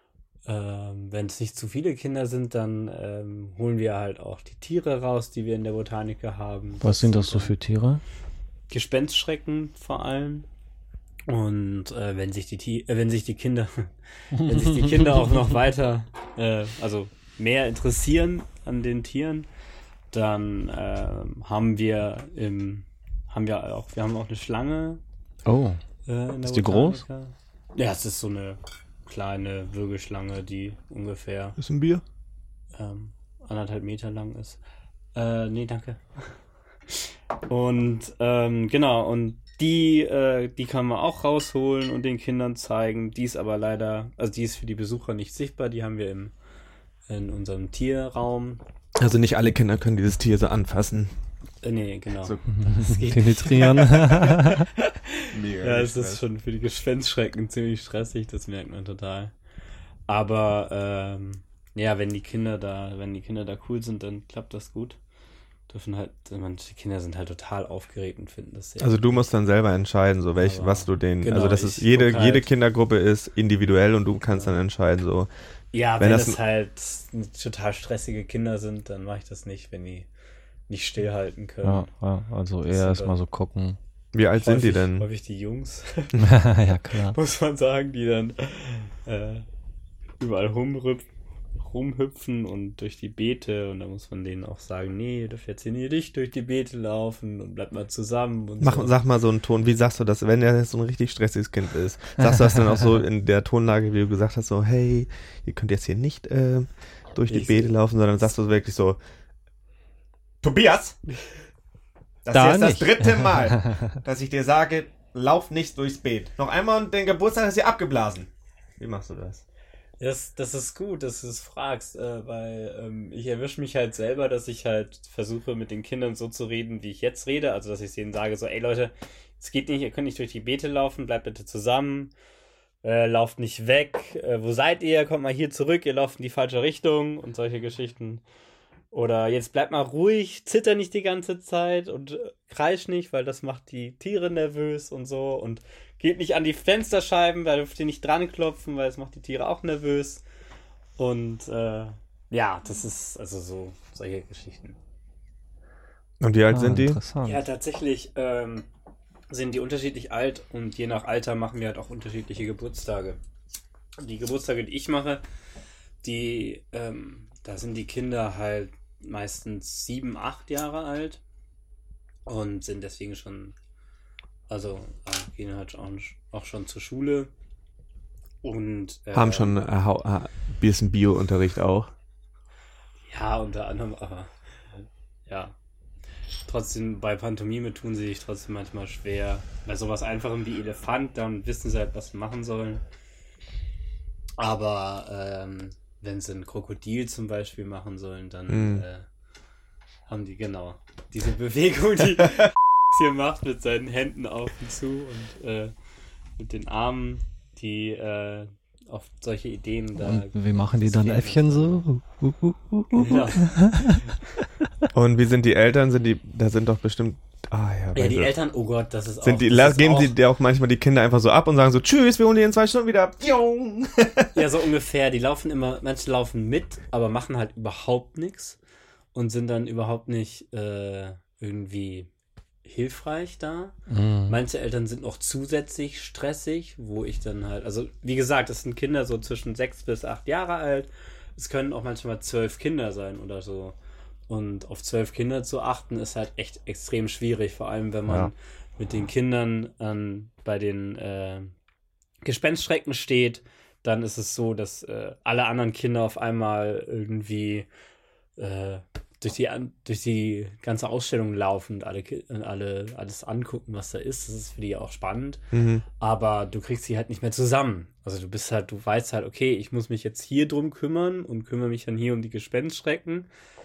Wenn es nicht zu viele Kinder sind, dann holen wir halt auch die Tiere raus, die wir in der Botanica haben. Was sind das so für Tiere? Gespenstschrecken vor allem. Und wenn sich die Kinder auch noch weiter, also mehr interessieren an den Tieren, dann haben wir auch eine Schlange. Oh. In der Ist die groß? Ja, es ist so eine kleine Würgeschlange, die ungefähr Ist ein Bier? 1,5 Meter lang ist. Nee, danke. Und genau, und die kann man auch rausholen und den Kindern zeigen. Die ist aber leider, also die ist für die Besucher nicht sichtbar, die haben wir in unserem Tierraum. Also nicht alle Kinder können dieses Tier so anfassen. Nee, genau. So. Penetrieren. Mega. Ja, es ist schon für die Gespenstschrecken ziemlich stressig, das merkt man total. Aber ja, wenn die Kinder da cool sind, dann klappt das gut. Manche Kinder sind halt total aufgeregt und finden das sehr. Also du musst dann selber entscheiden, so was du denen, genau, also das ist jede Kindergruppe ist individuell und du kannst dann entscheiden, so. Ja, wenn es halt total stressige Kinder sind, dann mache ich das nicht, wenn die nicht stillhalten können. Ja, also eher erstmal so gucken. Wie alt sind die denn? Häufig die Jungs, Ja, klar. muss man sagen, die dann überall rumhüpfen und durch die Beete und da muss man denen auch sagen, nee, ihr dürft jetzt hier nicht durch die Beete laufen und bleibt mal zusammen. Und so. Sag mal so einen Ton, wie sagst du das, wenn er jetzt so ein richtig stressiges Kind ist? Sagst du das dann auch so in der Tonlage, wie du gesagt hast, so, hey, ihr könnt jetzt hier nicht durch die Beete laufen, sondern sagst du wirklich so, Tobias, das Da ist jetzt nicht. das 3. Mal, dass ich dir sage, lauf nicht durchs Beet. Noch einmal und den Geburtstag ist hier abgeblasen. Wie machst du das? Das ist gut, dass du es fragst, weil ich erwische mich halt selber, dass ich halt versuche, mit den Kindern so zu reden, wie ich jetzt rede. Also, dass ich denen sage, so, ey Leute, es geht nicht, ihr könnt nicht durch die Beete laufen, bleibt bitte zusammen, lauft nicht weg, wo seid ihr, kommt mal hier zurück, ihr lauft in die falsche Richtung und solche Geschichten. Oder jetzt bleib mal ruhig, zitter nicht die ganze Zeit und kreisch nicht, weil das macht die Tiere nervös und so. Und geht nicht an die Fensterscheiben, weil dürft ihr nicht dran klopfen, weil es macht die Tiere auch nervös. Und ja, das ist also so solche Geschichten. Und wie alt sind die? Interessant. Ja, tatsächlich sind die unterschiedlich alt und je nach Alter machen wir halt auch unterschiedliche Geburtstage. Die Geburtstage, die ich mache, da sind die Kinder halt meistens 7, 8 Jahre alt und sind deswegen schon, also gehen halt auch schon zur Schule und Haben schon ein bisschen Bio-Unterricht auch. ja, unter anderem, aber ja. Trotzdem, bei Pantomime tun sie sich trotzdem manchmal schwer. Bei sowas Einfachem wie Elefant, dann wissen sie halt, was sie machen sollen. Aber wenn sie ein Krokodil zum Beispiel machen sollen, dann haben die genau diese Bewegung, die hier macht mit seinen Händen auf und zu und mit den Armen, die auf solche Ideen da... Und wie machen die dann Äffchen so? Ja. Und wie sind die Eltern? Da sind doch bestimmt... Ja, die Eltern, oh Gott, das ist geben sie dir auch manchmal die Kinder einfach so ab und sagen so, tschüss, wir holen die in 2 Stunden wieder ab. Ja, so ungefähr. Die laufen immer, manche laufen mit, aber machen halt überhaupt nichts und sind dann überhaupt nicht irgendwie hilfreich da. Manche Eltern sind noch zusätzlich stressig, wo ich dann halt, also wie gesagt, das sind Kinder so zwischen 6 bis 8 Jahre alt. Es können auch manchmal 12 Kinder sein oder so. Und auf 12 Kinder zu achten, ist halt echt extrem schwierig, vor allem wenn man mit den Kindern bei den Gespenstschrecken steht, dann ist es so, dass alle anderen Kinder auf einmal irgendwie durch die ganze Ausstellung laufen und alles angucken, was da ist. Das ist für die auch spannend. Aber du kriegst sie halt nicht mehr zusammen. Also du weißt halt, okay, ich muss mich jetzt hier drum kümmern und kümmere mich dann hier um die Gespenstschrecken.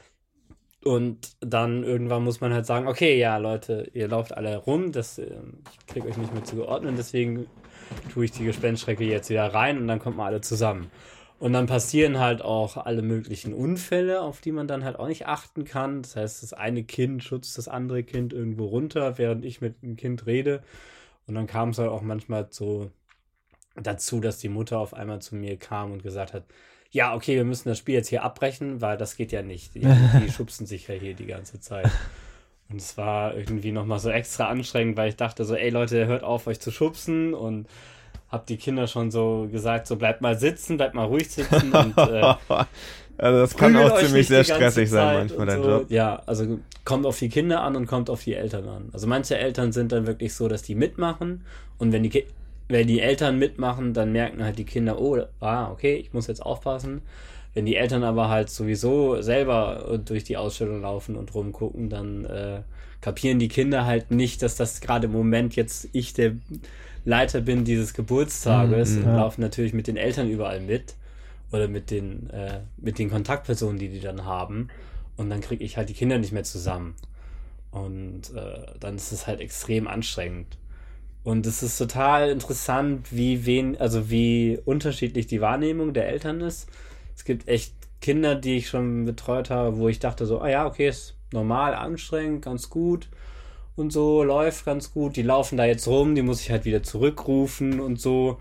Und dann irgendwann muss man halt sagen, okay, ja, Leute, ihr lauft alle rum, ich kriege euch nicht mehr zugeordnet, deswegen tue ich die Gespenstschrecke jetzt wieder rein und dann kommt man alle zusammen. Und dann passieren halt auch alle möglichen Unfälle, auf die man dann halt auch nicht achten kann. Das heißt, das eine Kind schubst das andere Kind irgendwo runter, während ich mit dem Kind rede. Und dann kam es halt auch manchmal so dazu, dass die Mutter auf einmal zu mir kam und gesagt hat, ja, okay, wir müssen das Spiel jetzt hier abbrechen, weil das geht ja nicht. Die schubsen sich ja hier die ganze Zeit. Und es war irgendwie nochmal so extra anstrengend, weil ich dachte so, ey Leute, hört auf, euch zu schubsen. Und hab die Kinder schon so gesagt, so bleibt mal ruhig sitzen. Und, also das kann auch ziemlich sehr stressig sein manchmal, dein Job. Ja, also kommt auf die Kinder an und kommt auf die Eltern an. Also manche Eltern sind dann wirklich so, dass die mitmachen. Und wenn die Eltern mitmachen, dann merken halt die Kinder, okay, ich muss jetzt aufpassen. Wenn die Eltern aber halt sowieso selber durch die Ausstellung laufen und rumgucken, dann kapieren die Kinder halt nicht, dass das gerade im Moment jetzt ich der Leiter bin dieses Geburtstages und laufen natürlich mit den Eltern überall mit oder mit den Kontaktpersonen, die dann haben. Und dann kriege ich halt die Kinder nicht mehr zusammen. Und dann ist es halt extrem anstrengend. Und es ist total interessant, wie unterschiedlich die Wahrnehmung der Eltern ist. Es gibt echt Kinder, die ich schon betreut habe, wo ich dachte so, okay, ist normal, anstrengend, ganz gut und so, läuft ganz gut. Die laufen da jetzt rum, die muss ich halt wieder zurückrufen und so.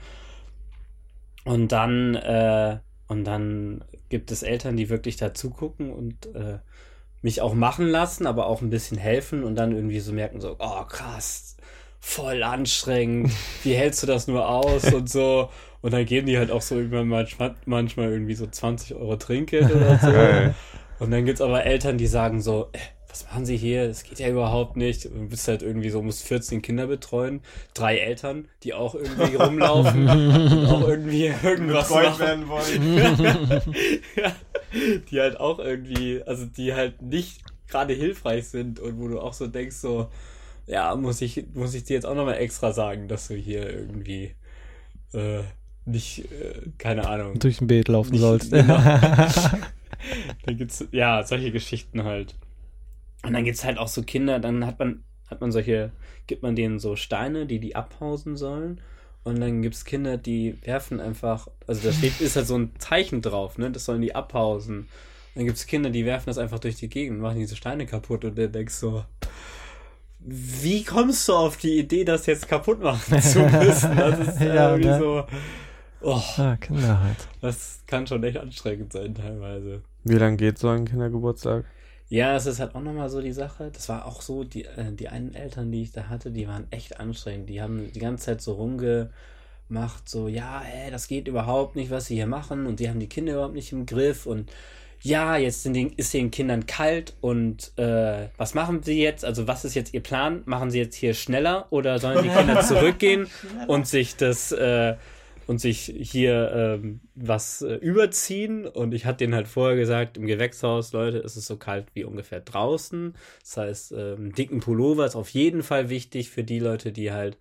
Und dann gibt es Eltern, die wirklich da zugucken und mich auch machen lassen, aber auch ein bisschen helfen und dann irgendwie so merken so, oh krass, voll anstrengend, wie hältst du das nur aus und so. Und dann geben die halt auch so irgendwann manchmal irgendwie so 20 Euro Trinkgeld oder so. Und dann gibt's aber Eltern, die sagen so, was machen sie hier? Das geht ja überhaupt nicht. Und du bist halt irgendwie so, musst 14 Kinder betreuen. 3 Eltern, die auch irgendwie rumlaufen und auch irgendwie irgendwas machen. werden wollen. Ja, die halt auch irgendwie, also die halt nicht gerade hilfreich sind und wo du auch so denkst so, ja, muss ich dir jetzt auch nochmal extra sagen, dass du hier irgendwie nicht, keine Ahnung. Durch ein Beet laufen sollst. Genau. Dann gibt's, ja, solche Geschichten halt. Und dann gibt's halt auch so Kinder, dann gibt man denen so Steine, die abhausen sollen. Und dann gibt's Kinder, die werfen einfach, also da ist halt so ein Zeichen drauf, ne, das sollen die abhausen. Dann gibt es Kinder, die werfen das einfach durch die Gegend und machen diese Steine kaputt und dann denkst du so, wie kommst du auf die Idee, das jetzt kaputt machen zu müssen? Das ist irgendwie ne? so, Kinder halt. das kann schon echt anstrengend sein teilweise. Wie lange geht so ein Kindergeburtstag? Ja, es ist halt auch nochmal so die Sache. Das war auch so, die einen Eltern, die ich da hatte, die waren echt anstrengend. Die haben die ganze Zeit so rumgemacht, so, das geht überhaupt nicht, was sie hier machen. Und die haben die Kinder überhaupt nicht im Griff. Und ja, jetzt ist den Kindern kalt. Und was machen sie jetzt? Also was ist jetzt ihr Plan? Machen sie jetzt hier schneller? Oder sollen die Kinder zurückgehen und sich hier was überziehen. Und ich hatte denen halt vorher gesagt, im Gewächshaus, Leute, ist es so kalt wie ungefähr draußen. Das heißt, einen dicken Pullover ist auf jeden Fall wichtig für die Leute, die halt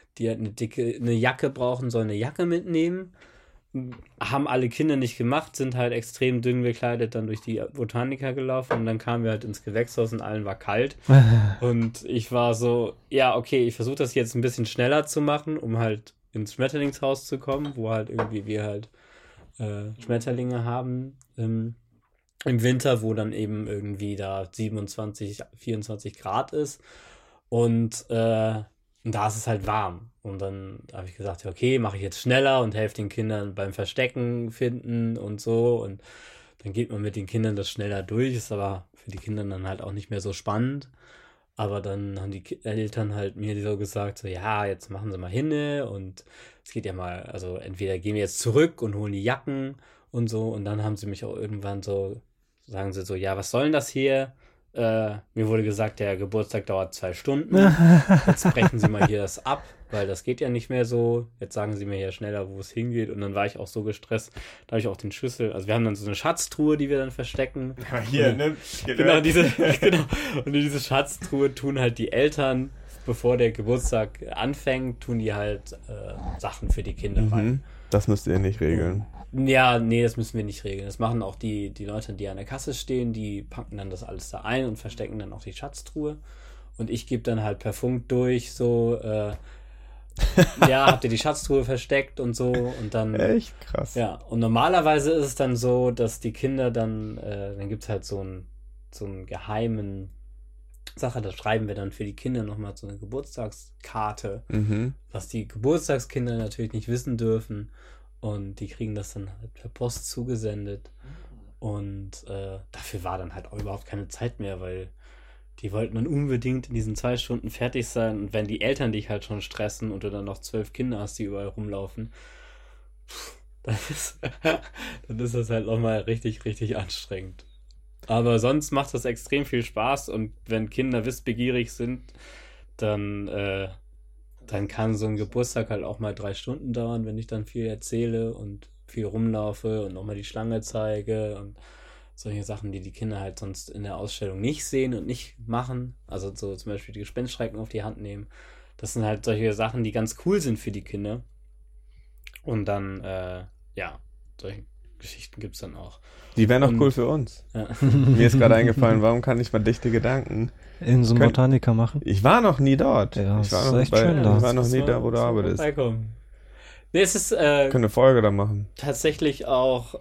eine Jacke brauchen, sollen eine Jacke mitnehmen. Haben alle Kinder nicht gemacht, sind halt extrem dünn gekleidet dann durch die Botanica gelaufen und dann kamen wir halt ins Gewächshaus und allen war kalt. Und ich war so, ja, okay, ich versuche das jetzt ein bisschen schneller zu machen, um halt ins Schmetterlingshaus zu kommen, wo halt irgendwie wir halt Schmetterlinge haben im Winter, wo dann eben irgendwie da 27, 24 Grad ist und da ist es halt warm. Und dann habe ich gesagt, okay, mache ich jetzt schneller und helfe den Kindern beim Verstecken finden und so. Und dann geht man mit den Kindern das schneller durch. Ist aber für die Kinder dann halt auch nicht mehr so spannend. Aber dann haben die Eltern halt mir so gesagt, so, ja, jetzt machen sie mal hinne und es geht ja mal, also entweder gehen wir jetzt zurück und holen die Jacken und so. Und dann haben sie mich auch irgendwann so, sagen sie so, ja, was soll denn das hier? Mir wurde gesagt, der Geburtstag dauert 2 Stunden. Jetzt brechen Sie mal hier das ab, weil das geht ja nicht mehr so. Jetzt sagen Sie mir hier schneller, wo es hingeht. Und dann war ich auch so gestresst, da habe ich auch den Schlüssel. Also wir haben dann so eine Schatztruhe, die wir dann verstecken. Ja, hier, ne? Genau. Und in diese Schatztruhe tun halt die Eltern, bevor der Geburtstag anfängt, tun die halt Sachen für die Kinder rein. Das müsst ihr nicht regeln. Ja, nee, das müssen wir nicht regeln. Das machen auch die Leute, die an der Kasse stehen, die packen dann das alles da ein und verstecken dann auch die Schatztruhe. Und ich gebe dann halt per Funk durch, so, habt ihr die Schatztruhe versteckt und so. Und dann. Echt krass. Ja, und normalerweise ist es dann so, dass die Kinder dann gibt es halt so einen geheimen Sache, da schreiben wir dann für die Kinder nochmal so eine Geburtstagskarte, was die Geburtstagskinder natürlich nicht wissen dürfen. Und die kriegen das dann halt per Post zugesendet. Und dafür war dann halt auch überhaupt keine Zeit mehr, weil die wollten dann unbedingt in diesen 2 Stunden fertig sein. Und wenn die Eltern dich halt schon stressen und du dann noch 12 Kinder hast, die überall rumlaufen, dann ist das halt nochmal richtig, richtig anstrengend. Aber sonst macht das extrem viel Spaß. Und wenn Kinder wissbegierig sind, dann kann so ein Geburtstag halt auch mal 3 Stunden dauern, wenn ich dann viel erzähle und viel rumlaufe und nochmal die Schlange zeige und solche Sachen, die Kinder halt sonst in der Ausstellung nicht sehen und nicht machen. Also so zum Beispiel die Gespenstschrecken auf die Hand nehmen. Das sind halt solche Sachen, die ganz cool sind für die Kinder. Und dann, solche Geschichten gibt es dann auch. Die wären auch cool für uns. Ja. Mir ist gerade eingefallen, warum kann ich mal dichte Gedanken in so einem Botaniker machen? Ich war noch nie dort. Ja, ich war ist noch echt schön da. Ich war noch nie da, wo du arbeitest. Nee, es ist können eine Folge da machen. Tatsächlich auch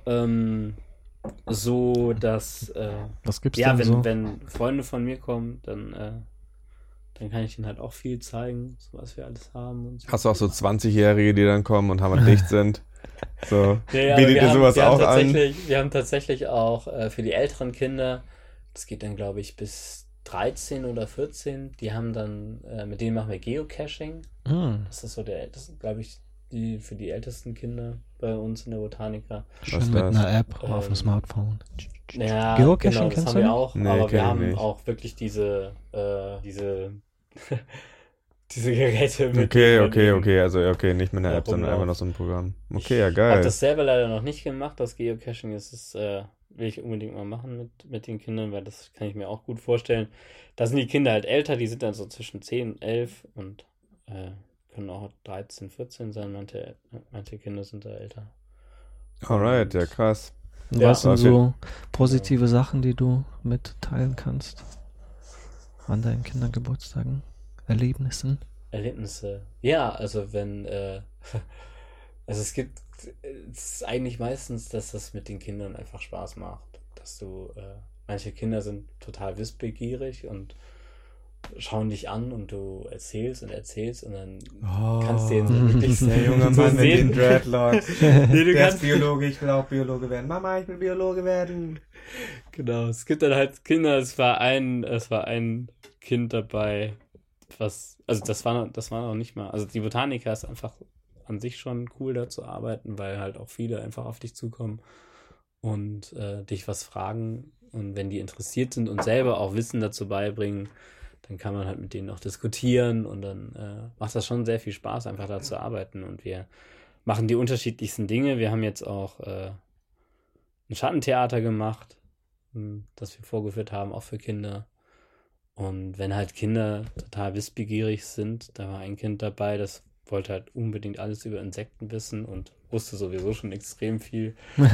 so, dass was gibt's denn so? Wenn Freunde von mir kommen, dann kann ich ihnen halt auch viel zeigen, so was wir alles haben. Und so. Hast du auch so 20-Jährige, die dann kommen und haben dicht sind? So, ja, bietet dir sowas auch an? Wir haben tatsächlich auch für die älteren Kinder, das geht dann glaube ich bis 13 oder 14, die haben dann, mit denen machen wir Geocaching. Das ist so das glaube ich, für die ältesten Kinder bei uns in der Botanica. Schön mit einer App auf dem Smartphone. Ja, Geocaching genau, das kennst haben du? wir auch, Nee, aber wir haben nicht. auch wirklich diese Geräte mit. Okay, also nicht mit einer App, sondern einfach noch so ein Programm. Okay, ja Ich habe geil. das selber leider noch nicht gemacht, das Geocaching will ich unbedingt mal machen mit den Kindern, weil das kann ich mir auch gut vorstellen. Da sind die Kinder halt älter, die sind dann so zwischen 10 und 11 und können auch 13, 14 sein, manche Kinder sind da älter. Alright, ja krass. Was sind okay. so positive Sachen, die du mitteilen kannst an deinen Kindergeburtstagen? Erlebnisse? Ja, also es ist eigentlich meistens, dass das mit den Kindern einfach Spaß macht. dass du, manche Kinder sind total wissbegierig und schauen dich an und du erzählst und dann kannst du denen so wirklich Der junge so Mann mit sehen. den Dreadlocks. Nee, du Der ist kannst, Biologe, ich will auch Biologe werden. Mama, ich will Biologe werden. genau, es gibt dann halt Kinder, es war ein Kind dabei, also das war noch nicht mal, also die Botaniker ist einfach an sich schon cool, da zu arbeiten, weil halt auch viele einfach auf dich zukommen und dich was fragen, und wenn die interessiert sind und selber auch Wissen dazu beibringen, dann kann man halt mit denen auch diskutieren, und dann macht das schon sehr viel Spaß, einfach da zu arbeiten, und wir machen die unterschiedlichsten Dinge. Wir haben jetzt auch ein Schattentheater gemacht, das wir vorgeführt haben, auch für Kinder. Und wenn halt Kinder total wissbegierig sind, da war ein Kind dabei, das wollte halt unbedingt alles über Insekten wissen und wusste sowieso schon extrem viel.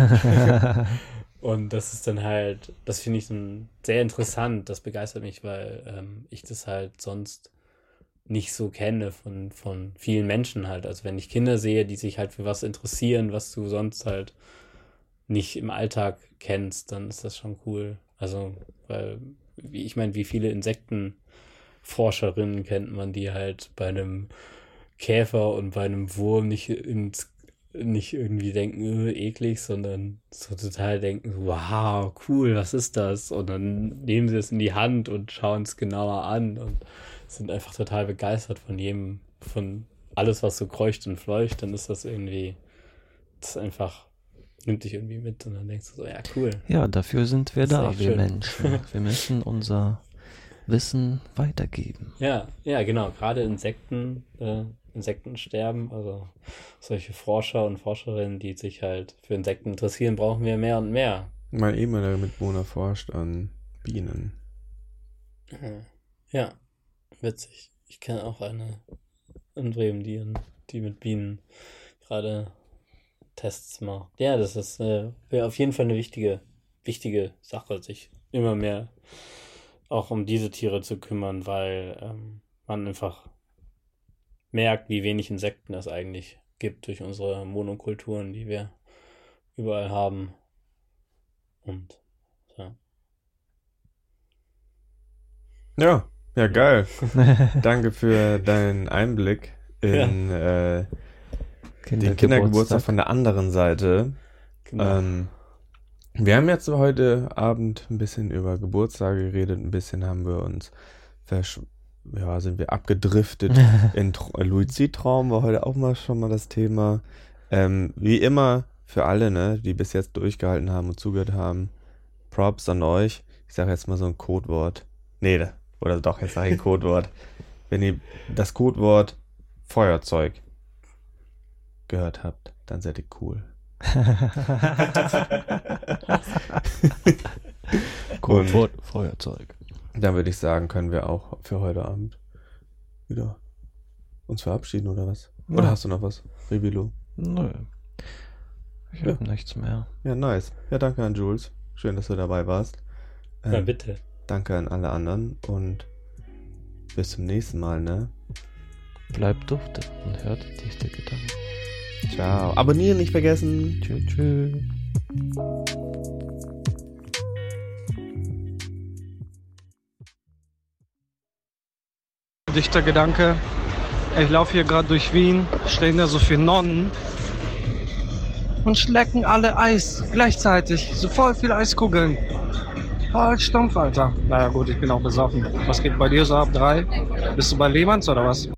Und das ist dann halt, das finde ich dann sehr interessant, das begeistert mich, weil ich das halt sonst nicht so kenne von vielen Menschen halt. Also wenn ich Kinder sehe, die sich halt für was interessieren, was du sonst halt nicht im Alltag kennst, dann ist das schon cool. Also, weil, wie viele Insektenforscherinnen kennt man, die halt bei einem Käfer und bei einem Wurm nicht irgendwie denken, eklig, sondern so total denken, wow, cool, was ist das? Und dann nehmen sie es in die Hand und schauen es genauer an und sind einfach total begeistert von alles, was so kreucht und fleucht. Dann ist das irgendwie, nimmt dich irgendwie mit, und dann denkst du so, ja, cool. Ja, dafür sind wir da, echt wir schön. Menschen. Wir müssen unser Wissen weitergeben. Ja, genau, gerade Insektensterben, also solche Forscher und Forscherinnen, die sich halt für Insekten interessieren, brauchen wir mehr und mehr. Mein ehemaliger Mitbewohner forscht an Bienen. Ja, witzig. Ich kenne auch eine in Bremen, die mit Bienen gerade Tests macht. Ja, das ist wäre auf jeden Fall eine wichtige Sache, sich immer mehr auch um diese Tiere zu kümmern, weil man einfach merkt, wie wenig Insekten es eigentlich gibt durch unsere Monokulturen, die wir überall haben. Und Ja, geil. Danke für deinen Einblick in den Kindergeburtstag von der anderen Seite. genau. Wir haben jetzt heute Abend ein bisschen über Geburtstage geredet, ein bisschen haben wir uns sind wir abgedriftet in Luizidtraum, war heute auch schon mal das Thema. Wie immer für alle, ne, die bis jetzt durchgehalten haben und zugehört haben, Props an euch. Ich sage jetzt mal so ein Codewort. Nee, oder doch, jetzt sage ich ein Codewort. Wenn ihr das Codewort Feuerzeug gehört habt, dann seid ihr cool. Codewort Feuerzeug. Dann würde ich sagen, können wir auch für heute Abend wieder uns verabschieden, oder was? Ja. Oder hast du noch was, Revilo? Nö. Ich habe nichts mehr. Ja, nice. Ja, danke an Jules. Schön, dass du dabei warst. Ja, bitte. Danke an alle anderen und bis zum nächsten Mal, ne? Bleibt dufte und hört dichte Gedanken. Ciao. Abonnieren nicht vergessen. Tschüss. Dichter Gedanke. Ich laufe hier gerade durch Wien, stehen da so viele Nonnen und schlecken alle Eis gleichzeitig. So voll viele Eiskugeln. Voll stumpf, Alter. Naja gut, ich bin auch besoffen. Was geht bei dir so ab 3? Bist du bei Lehmanns oder was?